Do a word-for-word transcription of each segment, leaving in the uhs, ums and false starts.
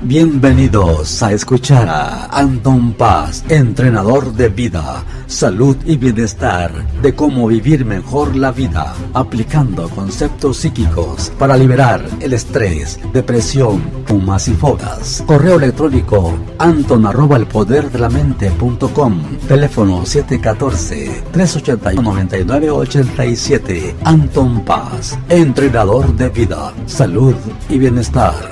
Bienvenidos a escuchar a Anton Paz, entrenador de vida, salud y bienestar, de cómo vivir mejor la vida, aplicando conceptos psíquicos para liberar el estrés, depresión, pumas y fogas. Correo electrónico anton arroba el poder de la mente punto com, teléfono siete uno cuatro, tres ocho uno, nueve nueve ocho siete. Anton Paz, entrenador de vida, salud y bienestar.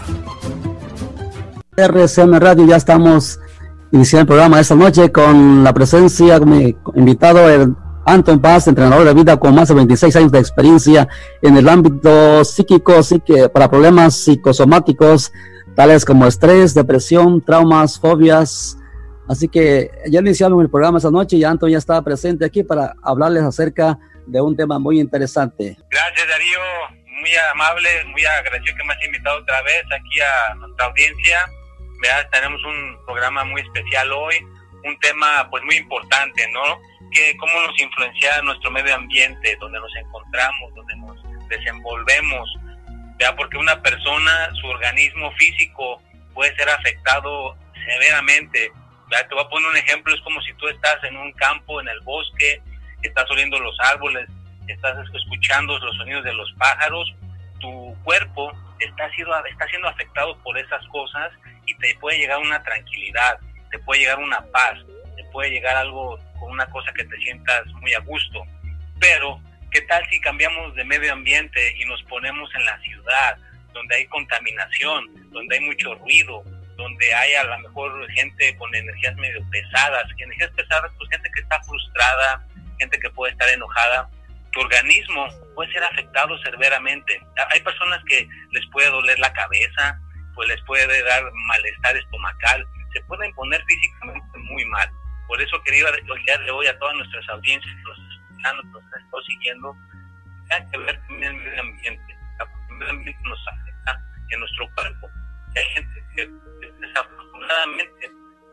R C M Radio, ya estamos iniciando el programa esta noche con la presencia de mi invitado, el Anton Paz, entrenador de vida con más de veintiséis años de experiencia en el ámbito psíquico, psique, para problemas psicosomáticos tales como estrés, depresión, traumas, fobias. Así que ya iniciamos el programa esta noche y Anton ya estaba presente aquí para hablarles acerca de un tema muy interesante. Gracias, Darío, muy amable, muy agradecido que me has invitado otra vez aquí a nuestra audiencia. Veas, tenemos un programa muy especial hoy, un tema pues muy importante, ¿no? Que cómo nos influencia nuestro medio ambiente, donde nos encontramos, donde nos desenvolvemos, ¿verdad? Porque una persona, su organismo físico puede ser afectado severamente, ¿verdad? Te voy a poner un ejemplo, es como si tú estás en un campo, en el bosque, estás oliendo los árboles, estás escuchando los sonidos de los pájaros, tu cuerpo está siendo, está siendo afectado por esas cosas y te puede llegar una tranquilidad, te puede llegar una paz, te puede llegar algo con una cosa que te sientas muy a gusto. Pero, ¿qué tal si cambiamos de medio ambiente y nos ponemos en la ciudad, donde hay contaminación, donde hay mucho ruido, donde hay a lo mejor gente con energías medio pesadas, energías pesadas, pues gente que está frustrada, gente que puede estar enojada? Tu organismo puede ser afectado severamente. Hay personas que les puede doler la cabeza, pues les puede dar malestar estomacal, se pueden poner físicamente muy mal. Por eso quería el día de hoy a todas nuestras audiencias que nos están escuchando, que nos están siguiendo, hay que ver también el medio ambiente. El medio ambiente nos afecta en nuestro cuerpo. Y hay gente que desafortunadamente,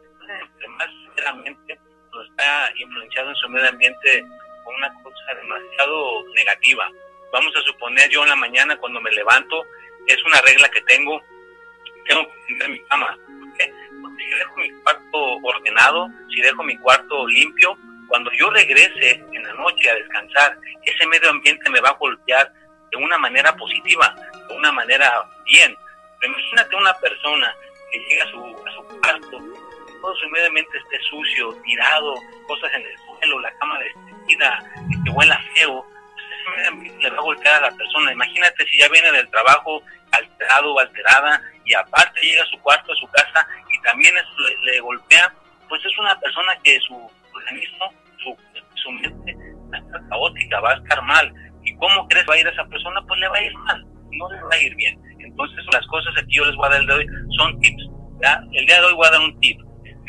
más severamente, nos está influenciado en su medio ambiente con una cosa demasiado negativa. Vamos a suponer, yo en la mañana cuando me levanto, es una regla que tengo, tengo que tender mi cama. ¿Por qué? Porque si dejo mi cuarto ordenado, si dejo mi cuarto limpio, cuando yo regrese en la noche a descansar, ese medio ambiente me va a golpear de una manera positiva, de una manera bien. Pero imagínate una persona que llega a su, a su cuarto, todo su medio ambiente esté sucio, tirado, cosas en el suelo, la cama destendida, que huela feo, pues ese medio ambiente le va a golpear a la persona. Imagínate si ya viene del trabajo alterado o alterada y aparte llega a su cuarto, a su casa y también eso le, le golpea, pues es una persona que su organismo, su, su mente va a estar caótica, va a estar mal. ¿Y cómo crees va a ir esa persona? Pues le va a ir mal, no le va a ir bien. Entonces las cosas que yo les voy a dar el día de hoy son tips, ¿ya? El día de hoy voy a dar un tip.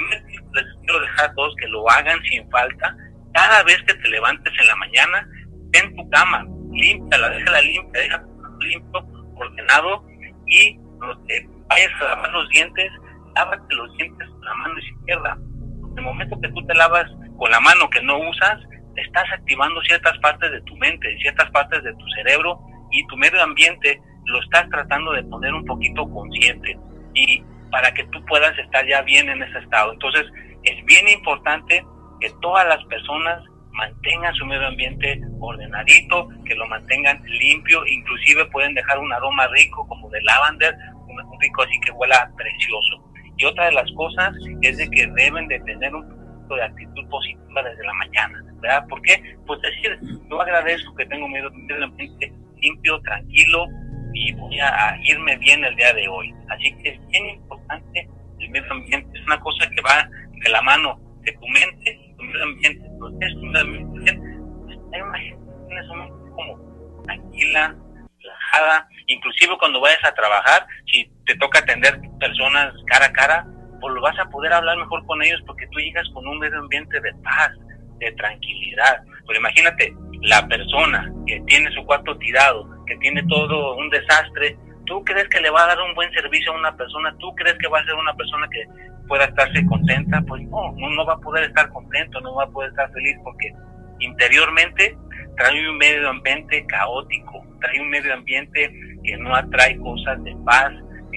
Les quiero dejar a todos que lo hagan sin falta. Cada vez que te levantes en la mañana, ten tu cama, límpiala, déjala limpia, déjala limpio, ordenado, y cuando te vayas a lavar los dientes, lávate los dientes con la mano izquierda. En el momento que tú te lavas con la mano que no usas, estás activando ciertas partes de tu mente, ciertas partes de tu cerebro, y tu medio ambiente lo estás tratando de poner un poquito consciente, y para que tú puedas estar ya bien en ese estado. Entonces, es bien importante que todas las personas mantengan su medio ambiente ordenadito, que lo mantengan limpio, inclusive pueden dejar un aroma rico como de lavender, un, un rico así que huela precioso. Y otra de las cosas es de que deben de tener un poquito de actitud positiva desde la mañana, ¿verdad? ¿Por qué? Pues decir, yo agradezco que tengo un medio, medio ambiente limpio, tranquilo, y voy a irme bien el día de hoy. Así que es bien importante el medio ambiente, es una cosa que va de la mano de tu mente y tu medio ambiente. Entonces, tu medio ambiente, pues, hay una gente que tiene su mente como tranquila, relajada, inclusive cuando vayas a trabajar, si te toca atender personas cara a cara, pues lo vas a poder hablar mejor con ellos porque tú llegas con un medio ambiente de paz, de tranquilidad. Pero imagínate, la persona que tiene su cuarto tirado, que tiene todo un desastre, ¿tú crees que le va a dar un buen servicio a una persona? ¿Tú crees que va a ser una persona que pueda estarse contenta? Pues no, no, no va a poder estar contento, no va a poder estar feliz porque interiormente trae un medio ambiente caótico, trae un medio ambiente que no atrae cosas de paz ni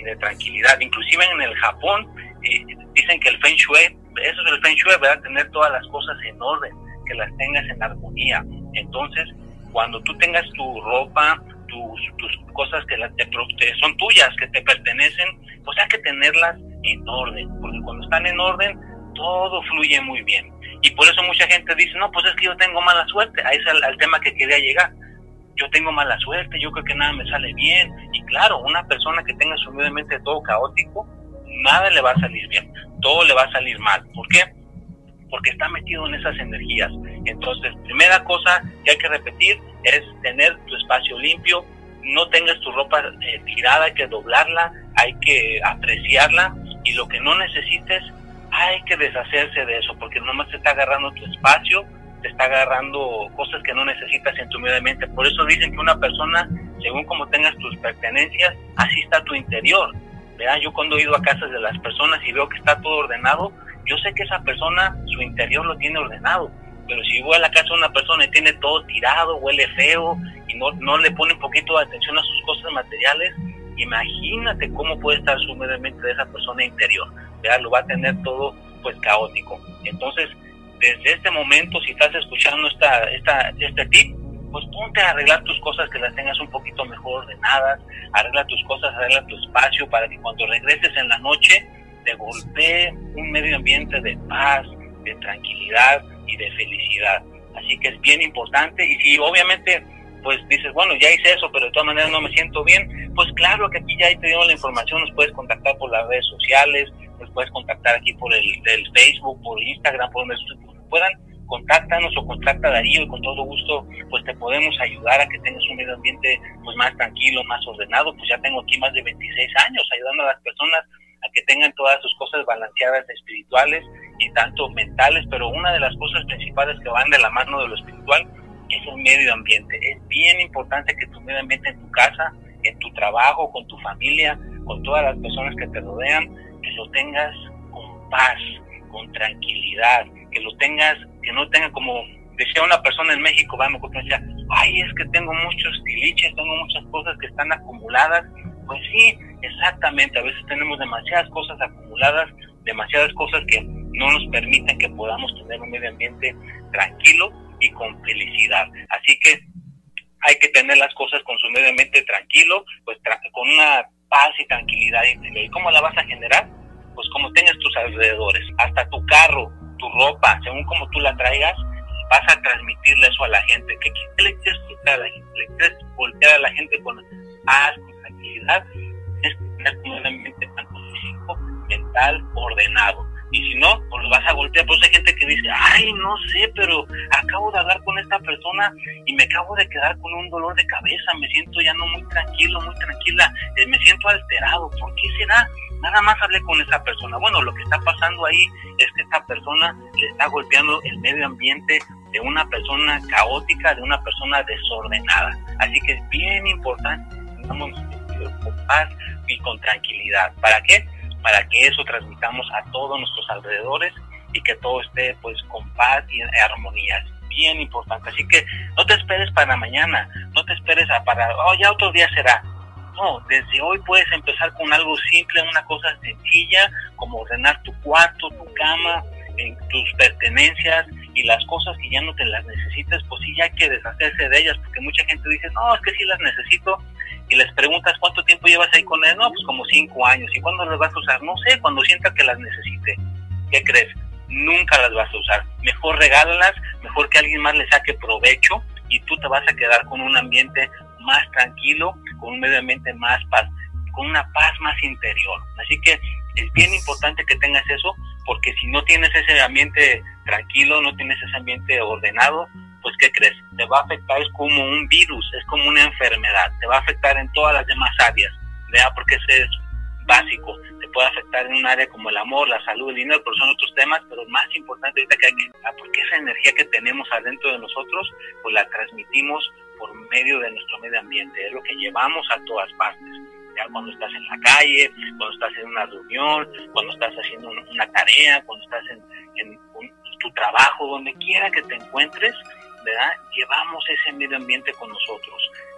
tener tranquilidad. Inclusive en el Japón eh, dicen que el Feng Shui, eso es el Feng Shui, ¿verdad? Tener todas las cosas en orden, que las tengas en armonía. Entonces, cuando tú tengas tu ropa, tus, tus cosas que la, te, te, son tuyas, que te pertenecen, pues hay que tenerlas en orden, porque cuando están en orden, todo fluye muy bien. Y por eso mucha gente dice, no, pues es que yo tengo mala suerte. Ahí es el, el tema que quería llegar. Yo tengo mala suerte, yo creo que nada me sale bien. Y claro, una persona que tenga su medio ambiente todo caótico, nada le va a salir bien, todo le va a salir mal. ¿Por qué? Porque está metido en esas energías. Entonces, primera cosa que hay que repetir es tener tu espacio limpio. No tengas tu ropa eh, tirada, hay que doblarla, hay que apreciarla, y lo que no necesites hay que deshacerse de eso, porque nomás te está agarrando tu espacio, te está agarrando cosas que no necesitas en tu medio ambiente. Por eso dicen que una persona, según como tengas tus pertenencias, así está tu interior, ¿verdad? Yo cuando he ido a casas de las personas y veo que está todo ordenado, yo sé que esa persona, su interior lo tiene ordenado. Pero si voy a la casa de una persona y tiene todo tirado, huele feo, y no, no le pone un poquito de atención a sus cosas materiales, imagínate cómo puede estar su medio ambiente de esa persona interior, ¿verdad? Lo va a tener todo pues caótico. Entonces, desde este momento, si estás escuchando esta, esta, este tip, pues ponte a arreglar tus cosas, que las tengas un poquito mejor ordenadas, arregla tus cosas, arregla tu espacio, para que cuando regreses en la noche, te golpee un medio ambiente de paz, de tranquilidad y de felicidad. Así que es bien importante. Y si obviamente pues dices, bueno, ya hice eso, pero de todas maneras no me siento bien, pues claro que aquí ya te dieron la información, nos puedes contactar por las redes sociales, nos puedes contactar aquí por el, el Facebook, por Instagram, por donde puedan, contáctanos o contacta a Darío, y con todo gusto pues te podemos ayudar a que tengas un medio ambiente pues más tranquilo, más ordenado. Pues ya tengo aquí más de veintiséis años ayudando a las personas a que tengan todas sus cosas balanceadas, espirituales y tanto mentales, pero una de las cosas principales que van de la mano de lo espiritual es el medio ambiente. Es bien importante que tu medio ambiente en tu casa, en tu trabajo, con tu familia, con todas las personas que te rodean, que lo tengas con paz, con tranquilidad, que lo tengas, que no tenga, como decía una persona en México, vamos, que decía, ay, es que tengo muchos tiliches, tengo muchas cosas que están acumuladas. Pues sí, exactamente, a veces tenemos demasiadas cosas acumuladas, demasiadas cosas que no nos permiten que podamos tener un medio ambiente tranquilo y con felicidad. Así que hay que tener las cosas con su medio ambiente tranquilo, pues tra- con una paz y tranquilidad interior. ¿Y cómo la vas a generar? Pues como tengas tus alrededores, hasta tu carro, tu ropa, según como tú la traigas, vas a transmitirle eso a la gente. ¿Qué, qué le quieres voltear a la gente? ¿Le quieres voltear a la gente con paz, con tranquilidad? Es tener un ambiente tanto físico, mental, ordenado. Y si no, pues lo vas a voltear. Pues hay gente que dice, ay, no sé, pero acabo de hablar con esta persona y me acabo de quedar con un dolor de cabeza, me siento ya no muy tranquilo, muy tranquila, eh, me siento alterado. ¿Por qué será? Nada más hablé con esa persona. Bueno, lo que está pasando ahí es que esta persona le está golpeando el medio ambiente de una persona caótica, de una persona desordenada. Así que es bien importante que estamos con paz y con tranquilidad. ¿Para qué? Para que eso transmitamos a todos nuestros alrededores y que todo esté pues con paz y armonía. Es bien importante. Así que no te esperes para mañana, no te esperes a para, oh, ya otro día será. No, desde hoy puedes empezar con algo simple, una cosa sencilla, como ordenar tu cuarto, tu cama, en tus pertenencias, y las cosas que ya no te las necesites, pues sí, ya hay que deshacerse de ellas, porque mucha gente dice, no, es que sí las necesito, y les preguntas cuánto tiempo llevas ahí con él, no, pues como cinco años, ¿y cuándo las vas a usar? No sé, cuando sienta que las necesite. ¿Qué crees? Nunca las vas a usar. Mejor regálalas, mejor que alguien más le saque provecho, y tú te vas a quedar con un ambiente más tranquilo, con un medio ambiente más paz, con una paz más interior. Así que es bien importante que tengas eso, porque si no tienes ese ambiente tranquilo, no tienes ese ambiente ordenado, pues ¿qué crees? Te va a afectar, es como un virus, es como una enfermedad, te va a afectar en todas las demás áreas, ¿verdad? Porque ese es básico, te puede afectar en un área como el amor, la salud, el dinero, pero son otros temas, pero más importante ahorita que hay que, porque esa energía que tenemos adentro de nosotros, pues la transmitimos por medio de nuestro medio ambiente, es lo que llevamos a todas partes. Ya cuando estás en la calle, cuando estás en una reunión, cuando estás haciendo una tarea, cuando estás en, en un, tu trabajo, donde quiera que te encuentres, ¿verdad? Llevamos ese medio ambiente con nosotros.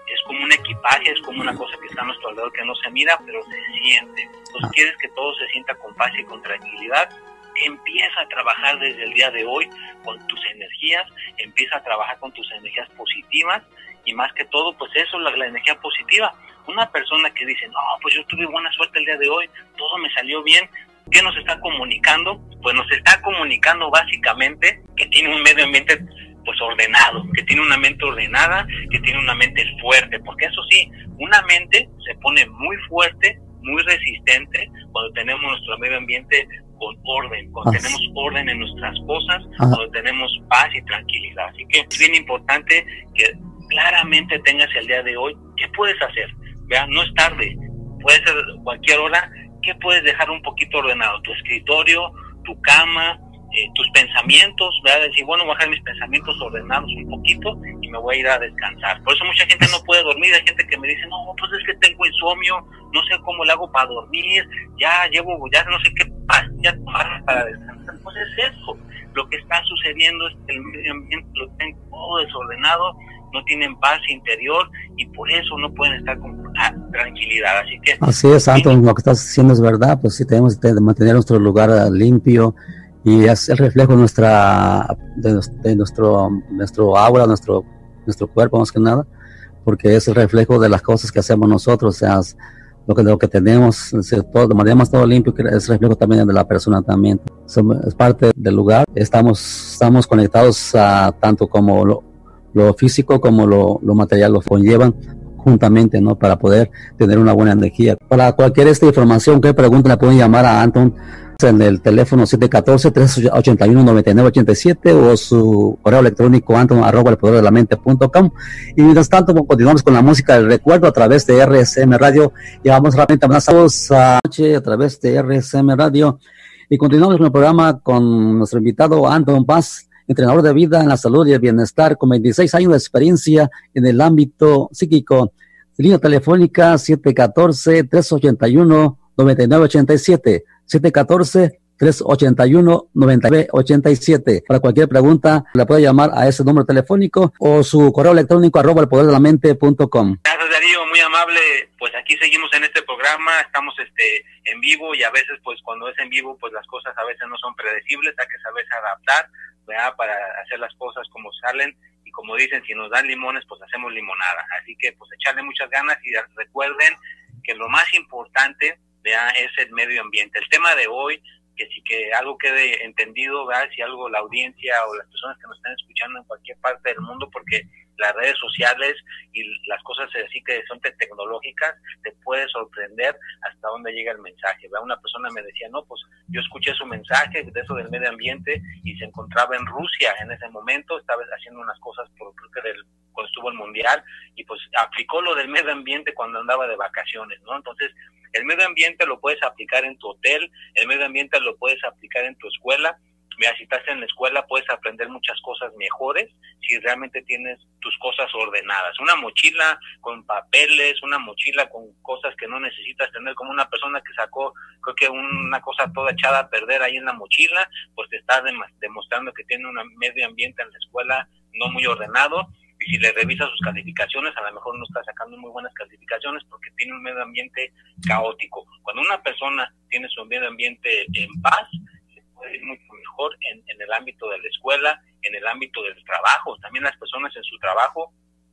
es como un equipaje, es como una cosa que está a nuestro alrededor que no se mira, pero se siente. Entonces, quieres que todo se sienta con paz y con tranquilidad. Empieza a trabajar desde el día de hoy con tus energías, empieza a trabajar con tus energías positivas y más que todo, pues eso, la, la energía positiva. Una persona que dice, no, pues yo tuve buena suerte el día de hoy, todo me salió bien, ¿qué nos está comunicando? Pues nos está comunicando básicamente que tiene un medio ambiente pues ordenado, que tiene una mente ordenada, que tiene una mente fuerte, porque eso sí, una mente se pone muy fuerte, muy resistente cuando tenemos nuestro medio ambiente con orden, cuando ah. tenemos orden en nuestras cosas, ah. cuando tenemos paz y tranquilidad. Así que es bien importante que claramente tengas el día de hoy, ¿qué puedes hacer? Vea, no es tarde, puede ser cualquier hora, ¿qué puedes dejar un poquito ordenado? Tu escritorio, tu cama, eh, tus pensamientos, ¿verdad? Decir, bueno, voy a dejar mis pensamientos ordenados un poquito y me voy a ir a descansar. Por eso mucha gente no puede dormir, hay gente que me dice, no, pues es que tengo insomnio, no sé cómo le hago para dormir, ya llevo, ya no sé qué ya tomar para descansar. Pues es eso, lo que está sucediendo es que el medio ambiente lo tienen todo desordenado, no tienen paz interior y por eso no pueden estar con tranquilidad. Así que así es, Anton, lo que estás diciendo es verdad, pues sí tenemos que mantener nuestro lugar limpio y es el reflejo de nuestra de, de nuestro nuestro aura, nuestro nuestro cuerpo más que nada, porque es el reflejo de las cosas que hacemos nosotros, o sea, lo que, lo que tenemos, todo, mantenemos todo limpio, que es reflejo también de la persona también. Somos, es parte del lugar, estamos, estamos conectados a tanto como lo, lo físico como lo, lo material, lo conllevan juntamente, ¿no? Para poder tener una buena energía. Para cualquier esta información, que pregunta, le pueden llamar a Anton en el teléfono siete uno cuatro, tres ocho uno, nueve nueve ocho siete o su correo electrónico anton arroba el poder de la mente punto com. Y mientras tanto continuamos con la música del recuerdo a través de R S M Radio y vamos rápidamente a más a noche a través de R S M Radio y continuamos con el programa con nuestro invitado Anton Paz, entrenador de vida en la salud y el bienestar con veintiséis años de experiencia en el ámbito psíquico. Línea telefónica siete uno cuatro, tres ocho uno, nueve nueve ocho siete, siete uno cuatro, tres ocho uno, nueve nueve ocho siete. Para cualquier pregunta, le puede llamar a ese número telefónico o su correo electrónico arroba el poder de la mente punto com. Gracias, Darío, muy amable. Pues aquí seguimos en este programa, estamos este en vivo y a veces, pues cuando es en vivo, pues las cosas a veces no son predecibles, hay que saberse adaptar, ¿verdad? Para hacer las cosas como salen. Y como dicen, si nos dan limones, pues hacemos limonada. Así que pues echarle muchas ganas y recuerden que lo más importante, ¿verdad?, es el medio ambiente. El tema de hoy, que sí que algo quede entendido, ¿verdad?, si algo la audiencia o las personas que nos están escuchando en cualquier parte del mundo, porque las redes sociales y las cosas así que son tecnológicas, te puede sorprender hasta dónde llega el mensaje, ¿verdad? Una persona me decía, no, pues yo escuché su mensaje de eso del medio ambiente y se encontraba en Rusia en ese momento, estaba haciendo unas cosas por, creo que del, cuando estuvo el mundial, y pues aplicó lo del medio ambiente cuando andaba de vacaciones, ¿no? Entonces, el medio ambiente lo puedes aplicar en tu hotel, el medio ambiente lo puedes aplicar en tu escuela. Mira, si estás en la escuela puedes aprender muchas cosas mejores si realmente tienes tus cosas ordenadas. Una mochila con papeles, una mochila con cosas que no necesitas tener, como una persona que sacó, creo que una cosa toda echada a perder ahí en la mochila, pues te está demostrando que tiene un medio ambiente en la escuela no muy ordenado. Y si le revisas sus calificaciones, a lo mejor no está sacando muy buenas calificaciones porque tiene un medio ambiente caótico. Cuando una persona tiene su medio ambiente en paz, se puede ir mucho mejor en, en el ámbito de la escuela, en el ámbito del trabajo. También las personas en su trabajo,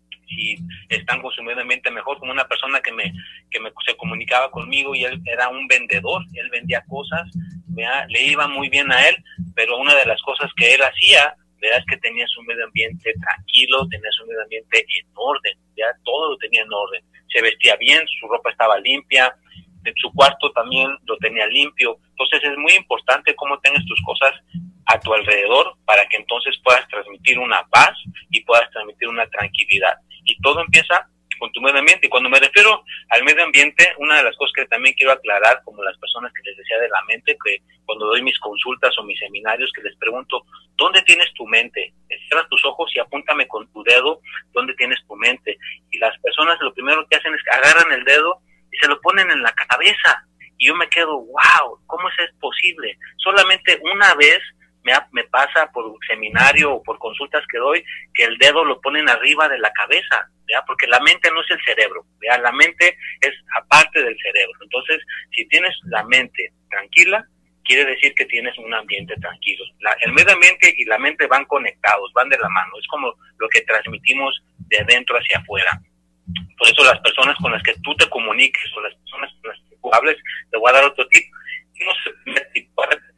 si están con su medio ambiente mejor, como una persona que me que me se comunicaba conmigo y él era un vendedor, él vendía cosas, ¿verdad? Le iba muy bien a él, pero una de las cosas que él hacía, ¿verdad?, es que tenía su medio ambiente tranquilo, tenía su medio ambiente en orden, ya todo lo tenía en orden, se vestía bien, su ropa estaba limpia, en su cuarto también lo tenía limpio. Entonces es muy importante cómo tengas tus cosas a tu alrededor para que entonces puedas transmitir una paz y puedas transmitir una tranquilidad. Y todo empieza con tu medio ambiente. Y cuando me refiero al medio ambiente, una de las cosas que también quiero aclarar, como las personas que les decía de la mente, que cuando doy mis consultas o mis seminarios, que les pregunto, ¿dónde tienes tu mente? Cierra tus ojos y apúntame con tu dedo dónde tienes tu mente. Y las personas lo primero que hacen es que agarran el dedo y se lo ponen en la cabeza. Y yo me quedo, wow, ¿cómo eso es posible? Solamente una vez me, me pasa por seminario o por consultas que doy, que el dedo lo ponen arriba de la cabeza, ¿ya? Porque la mente no es el cerebro, ¿ya? La mente es aparte del cerebro. Entonces, si tienes la mente tranquila, quiere decir que tienes un ambiente tranquilo. La, el medio ambiente y la mente van conectados, van de la mano. Es como lo que transmitimos de adentro hacia afuera. Por eso las personas con las que tú te comuniques o las personas con las que tú hables, te voy a dar otro tip. No sé, el primer tip,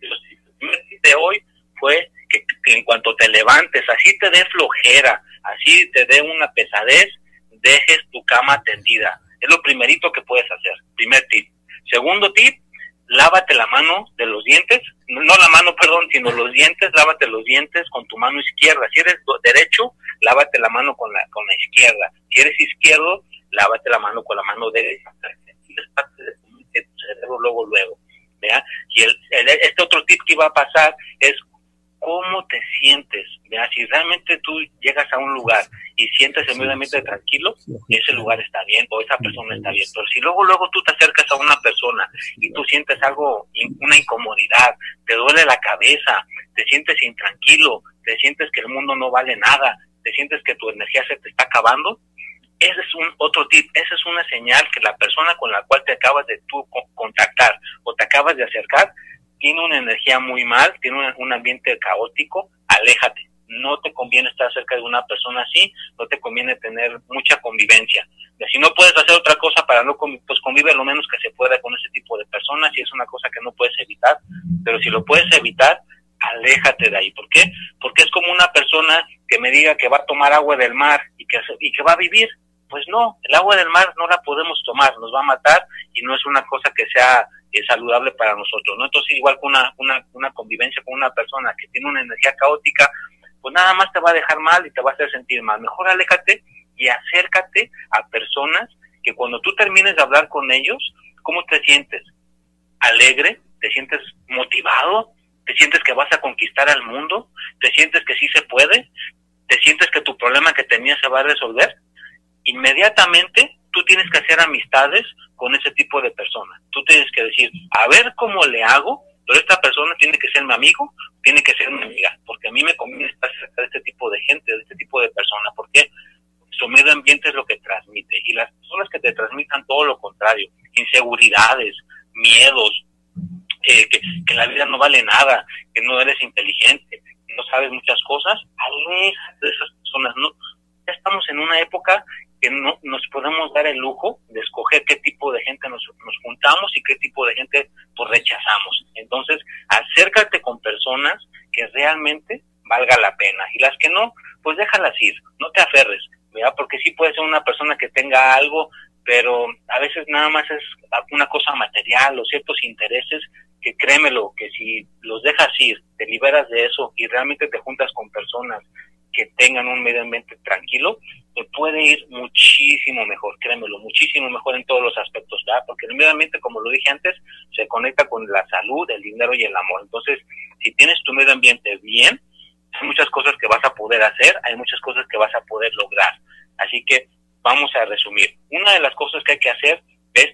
el primer tip de hoy fue que, que en cuanto te levantes, así te dé flojera, así te dé una pesadez, dejes tu cama tendida. Es lo primerito que puedes hacer. Primer tip. Segundo tip, lávate la mano de los dientes, no la mano, perdón, sino los dientes, lávate los dientes con tu mano izquierda. Si eres derecho, lávate la mano con la con la izquierda. Si eres izquierdo, lávate la mano con la mano derecha. Es parte de tu cerebro luego, luego. ¿Vea? Y el, el, este otro tip que iba a pasar es cómo te sientes. ¿Vea? Si realmente tú llegas a un lugar y sientes el medio ambiente tranquilo, ese lugar está bien o esa persona está bien. Pero si luego luego tú te acercas a una persona y tú sientes algo, una incomodidad, te duele la cabeza, te sientes intranquilo, te sientes que el mundo no vale nada, te sientes que tu energía se te está acabando, ese es un otro tip, esa es una señal que la persona con la cual te acabas de tú contactar o te acabas de acercar tiene una energía muy mal, tiene un, un ambiente caótico, aléjate. No te conviene estar cerca de una persona así, no te conviene tener mucha convivencia. Si no puedes hacer otra cosa para no convivir, pues convive lo menos que se pueda con ese tipo de personas, si es una cosa que no puedes evitar, pero si lo puedes evitar, aléjate de ahí. ¿Por qué? Porque es como una persona que me diga que va a tomar agua del mar y que, y que va a vivir. Pues no, el agua del mar no la podemos tomar, nos va a matar y no es una cosa que sea eh, saludable para nosotros, ¿no? Entonces, igual que una, una, una convivencia con una persona que tiene una energía caótica, pues nada más te va a dejar mal y te va a hacer sentir mal. Mejor aléjate y acércate a personas que cuando tú termines de hablar con ellos, ¿cómo te sientes? ¿Alegre? ¿Te sientes motivado? ¿Te sientes que vas a conquistar al mundo? ¿Te sientes que sí se puede? ¿Te sientes que tu problema que tenías se va a resolver? Inmediatamente tú tienes que hacer amistades con ese tipo de personas. Tú tienes que decir, a ver cómo le hago, pero esta persona tiene que ser mi amigo, tiene que ser mi amiga, porque a mí me conviene estar cerca de este tipo de gente, de este tipo de personas. ¿Por qué? Porque su medio ambiente es lo que transmite, y las personas que te transmitan todo lo contrario, inseguridades, miedos, eh, que, que la vida no vale nada, que no eres inteligente, que no sabes muchas cosas, aléjate de esas personas. No, ya estamos en una época que no nos podemos dar el lujo de escoger qué tipo de gente nos, nos juntamos y qué tipo de gente pues rechazamos. Entonces, acércate con personas que realmente valga la pena, y las que no, pues déjalas ir, no te aferres, ¿verdad? Porque sí puede ser una persona que tenga algo, pero a veces nada más es una cosa material o ciertos intereses que, créemelo, que si los dejas ir, te liberas de eso y realmente te juntas con personas que tengan un medio ambiente tranquilo, te puede ir muchísimo mejor, créemelo, muchísimo mejor en todos los aspectos, ¿verdad? Porque el medio ambiente, como lo dije antes, se conecta con la salud, el dinero y el amor. Entonces, si tienes tu medio ambiente bien, hay muchas cosas que vas a poder hacer, hay muchas cosas que vas a poder lograr. Así que vamos a resumir. Una de las cosas que hay que hacer es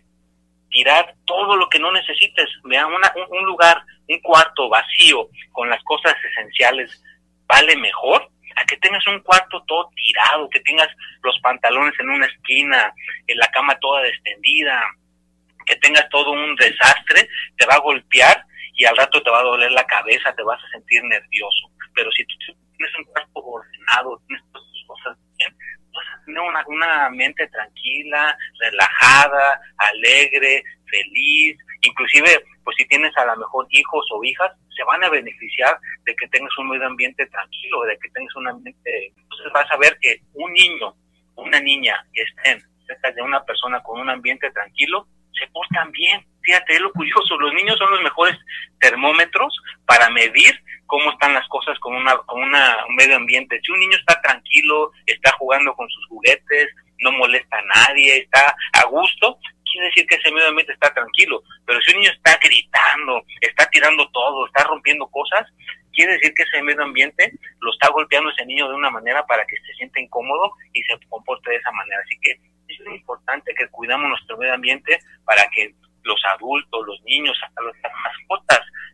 tirar todo lo que no necesites. Vean, una, un, un lugar, un cuarto vacío con las cosas esenciales vale mejor a que tengas un cuarto todo tirado, que tengas los pantalones en una esquina, en la cama toda extendida, que tengas todo un desastre, te va a golpear y al rato te va a doler la cabeza, te vas a sentir nervioso. Pero si tú tienes un cuarto ordenado, tienes todas tus cosas bien, vas a tener una, una mente tranquila, relajada, alegre, feliz. Inclusive, pues si tienes a lo mejor hijos o hijas, se van a beneficiar de que tengas un medio ambiente tranquilo, de que tengas un ambiente. Entonces vas a ver que un niño, una niña que estén cerca de una persona con un ambiente tranquilo, se portan bien. Fíjate, es lo curioso, los niños son los mejores termómetros para medir cómo están las cosas con una con una, un medio ambiente. Si un niño está tranquilo, está jugando con sus juguetes, no molesta a nadie, está a gusto, quiere decir que ese medio ambiente está tranquilo. Pero si un niño está gritando, está tirando todo, está rompiendo cosas, quiere decir que ese medio ambiente lo está golpeando ese niño de una manera para que se sienta incómodo y se comporte de esa manera. Así que es muy importante que cuidamos nuestro medio ambiente para que los adultos, los niños, hasta las mascotas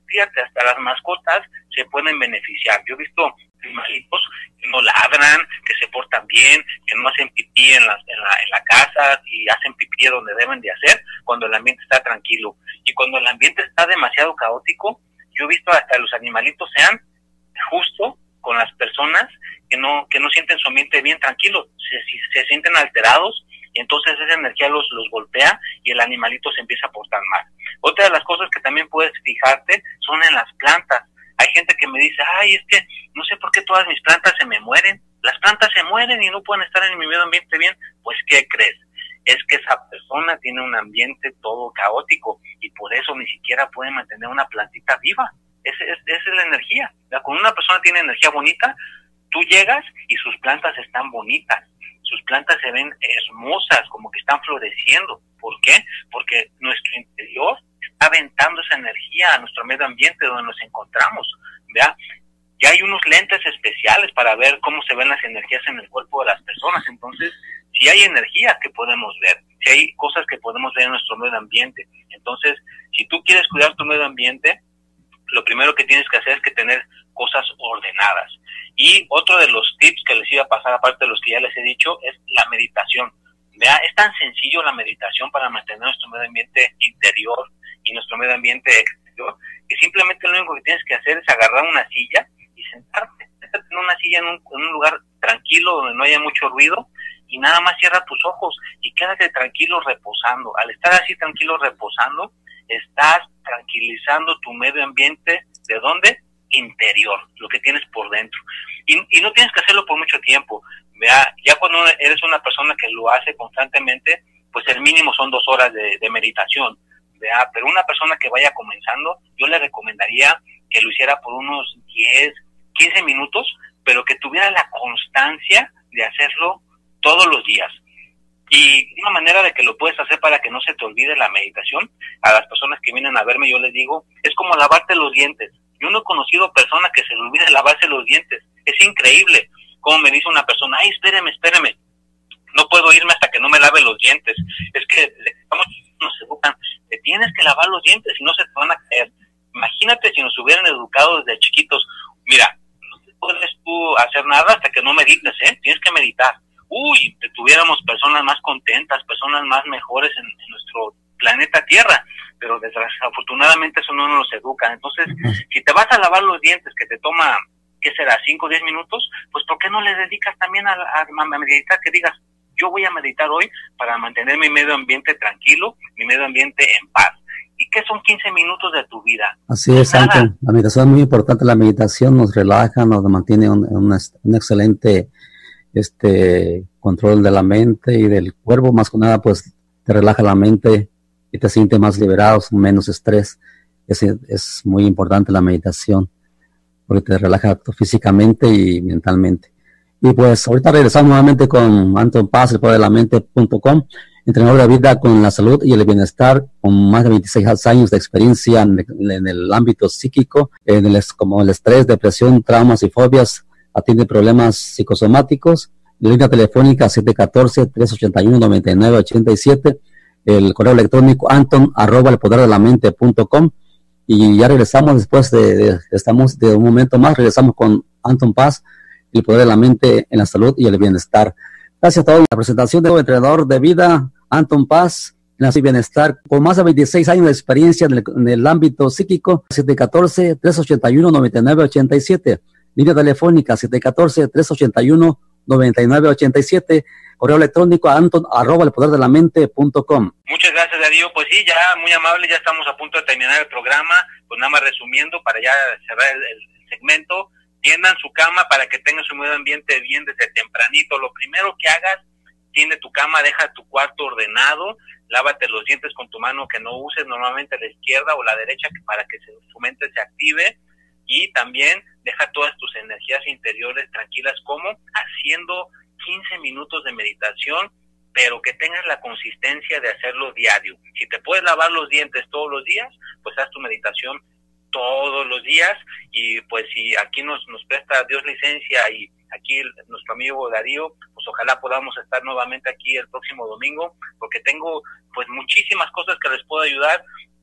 fíjate, hasta las mascotas se pueden beneficiar. Yo he visto animalitos que no ladran, que se portan bien, que no hacen pipí en la, en la, en la casa y hacen pipí donde deben de hacer cuando el ambiente está tranquilo. Y cuando el ambiente está demasiado caótico, yo he visto hasta los animalitos sean justo con las personas que no que no sienten su ambiente bien tranquilo, se, se sienten alterados y entonces esa energía los, los golpea y el animalito se empieza a portar mal. Otra de las cosas que también puedes fijarte son en las plantas. Hay gente que me dice, ay, es que no sé por qué todas mis plantas se me mueren. Las plantas se mueren y no pueden estar en mi medio ambiente bien. Pues, ¿qué crees? Es que esa persona tiene un ambiente todo caótico y por eso ni siquiera puede mantener una plantita viva. Esa es, esa es la energía. Cuando una persona tiene energía bonita, tú llegas y sus plantas están bonitas. Sus plantas se ven hermosas, como que están floreciendo. ¿Por qué? Porque nuestro interior está aventando esa energía a nuestro medio ambiente donde nos encontramos. ¿Verdad? Ya hay unos lentes especiales para ver cómo se ven las energías en el cuerpo de las personas. Entonces, si hay energía que podemos ver, si hay cosas que podemos ver en nuestro medio ambiente. Entonces, si tú quieres cuidar tu medio ambiente, lo primero que tienes que hacer es que tener cosas ordenadas. Y otro de los tips que les iba a pasar, aparte de los que ya les he dicho, es la meditación. ¿Vea? Es tan sencillo la meditación para mantener nuestro medio ambiente interior y nuestro medio ambiente exterior, que simplemente lo único que tienes que hacer es agarrar una silla y sentarte. Sentarte en una silla en un, en un lugar tranquilo donde no haya mucho ruido y nada más cierra tus ojos y quédate tranquilo reposando. Al estar así tranquilo reposando, estás tranquilizando tu medio ambiente. ¿De dónde? Interior, lo que tienes por dentro. Y, y no tienes que hacerlo por mucho tiempo. ¿Vea? Ya cuando eres una persona que lo hace constantemente, pues el mínimo son dos horas de, de meditación. ¿Vea? Pero una persona que vaya comenzando, yo le recomendaría que lo hiciera por unos diez, quince minutos, pero que tuviera la constancia de hacerlo todos los días. Y una manera de que lo puedes hacer para que no se te olvide la meditación, a las personas que vienen a verme yo les digo, es como lavarte los dientes. Yo no he conocido personas que se les olvide lavarse los dientes. Es increíble. Como me dice una persona, ay, espéreme, espéreme, no puedo irme hasta que no me lave los dientes. Es que estamos, nos educan, te tienes que lavar los dientes y no se te van a caer. Imagínate si nos hubieran educado desde chiquitos. Mira, no puedes tú hacer nada hasta que no medites, ¿eh? Tienes que meditar. Uy, te tuviéramos personas más contentas, personas más mejores en, en nuestro planeta Tierra, pero desafortunadamente eso no nos educa. Entonces, si te vas a lavar los dientes, que te toma, ¿qué será? cinco o diez minutos, pues ¿por qué no le dedicas también a, a, a meditar? Que digas, yo voy a meditar hoy para mantener mi medio ambiente tranquilo, mi medio ambiente en paz. ¿Y qué son quince minutos de tu vida? Así es, Anton. La meditación es muy importante. La meditación nos relaja, nos mantiene un, un, un excelente este control de la mente y del cuerpo. Más que nada, pues te relaja la mente y te sientes más liberado, menos estrés. Es, es muy importante la meditación porque te relaja físicamente y mentalmente. Y pues ahorita regresamos nuevamente con Anton Paz, el poder de la mente punto com, entrenador de vida con la salud y el bienestar, con más de veintiséis años de experiencia en el, en el ámbito psíquico, en el, como el estrés, depresión, traumas y fobias. Atiende problemas psicosomáticos. La línea telefónica siete uno cuatro, tres ocho uno, nueve nueve ocho siete. El correo electrónico anton arroba el poder de la mente punto com. Y ya regresamos después de, de, estamos de un momento más, regresamos con Anton Paz, el poder de la mente en la salud y el bienestar. Gracias a todos. La presentación del entrenador de vida, Anton Paz, en la salud y bienestar, con más de veintiséis años de experiencia en el, en el ámbito psíquico. Siete uno cuatro, tres ocho uno, nueve nueve ocho siete. Línea telefónica siete uno cuatro, tres ocho uno, nueve nueve ocho siete. Correo electrónico a anton arroba el poder de la mente punto com. Muchas gracias, Darío. Pues sí, ya muy amable, ya estamos a punto de terminar el programa. Pues nada más resumiendo, para ya cerrar el, el segmento, tiendan su cama para que tengan su medio ambiente bien desde tempranito. Lo primero que hagas, tiende tu cama, deja tu cuarto ordenado, lávate los dientes con tu mano que no uses, normalmente la izquierda o la derecha, para que se, su mente se active. Y también deja todas tus energías interiores tranquilas, como haciendo quince minutos de meditación, pero que tengas la consistencia de hacerlo diario. Si te puedes lavar los dientes todos los días, pues haz tu meditación todos los días. Y pues si aquí nos, nos presta Dios licencia y aquí el, nuestro amigo Darío, pues ojalá podamos estar nuevamente aquí el próximo domingo, porque tengo pues muchísimas cosas que les puedo ayudar.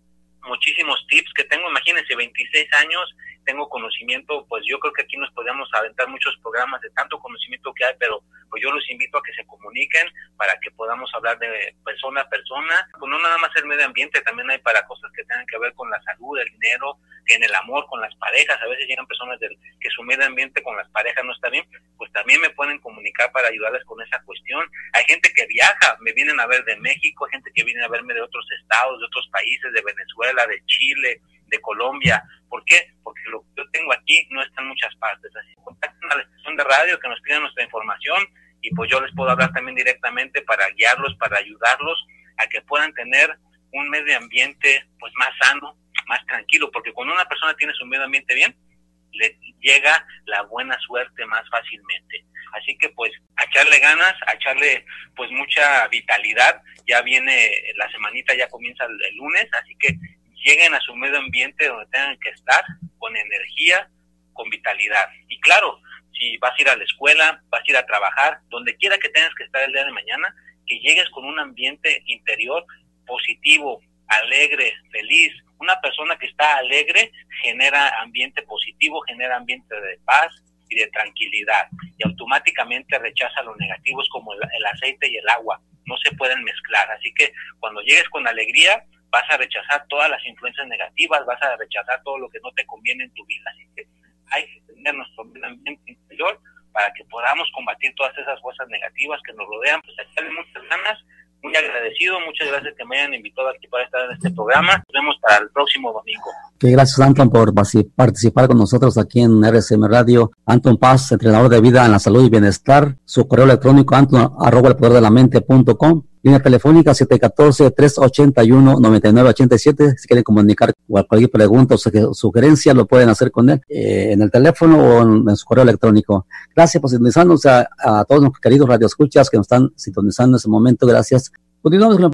muchísimos tips que tengo, imagínense, veintiséis años, tengo conocimiento, pues yo creo que aquí nos podríamos aventar muchos programas de tanto conocimiento que hay, pero pues yo los invito a que se comuniquen para que podamos hablar de persona a persona, pues no nada más el medio ambiente, también hay para cosas que tengan que ver con la salud, el dinero, en el amor, con las parejas. A veces llegan personas del, que su medio ambiente con las parejas no está bien, pues también me pueden comunicar para ayudarles con esa cuestión. Hay gente que viaja, me vienen a ver de México, hay gente que viene a verme de otros estados, de otros países, de Venezuela, de Chile, de Colombia. ¿Por qué? Porque lo que yo tengo aquí no está en muchas partes. Así contacten a la estación de radio que nos pidan nuestra información y pues yo les puedo hablar también directamente para guiarlos, para ayudarlos a que puedan tener un medio ambiente pues más sano, más tranquilo, porque cuando una persona tiene su medio ambiente bien, le llega la buena suerte más fácilmente. Así que pues a echarle ganas, a echarle pues mucha vitalidad. Ya viene la semanita, ya comienza el, el lunes, así que lleguen a su medio ambiente donde tengan que estar, con energía, con vitalidad. Y claro, si vas a ir a la escuela, vas a ir a trabajar, donde quiera que tengas que estar el día de mañana, que llegues con un ambiente interior positivo, alegre, feliz. Una persona que está alegre genera ambiente positivo, genera ambiente de paz y de tranquilidad, y automáticamente rechaza lo negativo. Es como el, el aceite y el agua, no se pueden mezclar. Así que cuando llegues con alegría, vas a rechazar todas las influencias negativas, vas a rechazar todo lo que no te conviene en tu vida. Así que hay que tener nuestro ambiente interior para que podamos combatir todas esas fuerzas negativas que nos rodean. Pues echarle muchas ganas, muy agradecido, muchas gracias que me hayan invitado aquí para estar en este programa. Nos vemos para el próximo domingo. Okay, gracias, Anton, por participar con nosotros aquí en R C M Radio. Anton Paz, entrenador de vida en la salud y bienestar. Su correo electrónico anton arroba el poder de la mente punto com. Línea telefónica siete uno cuatro, tres ocho uno, nueve nueve ocho siete. Si quieren comunicar cualquier pregunta o sugerencia, lo pueden hacer con él eh, en el teléfono o en, en su correo electrónico. Gracias por sintonizarnos a, a todos nuestros queridos radioescuchas que nos están sintonizando en este momento. Gracias. Continuamos con la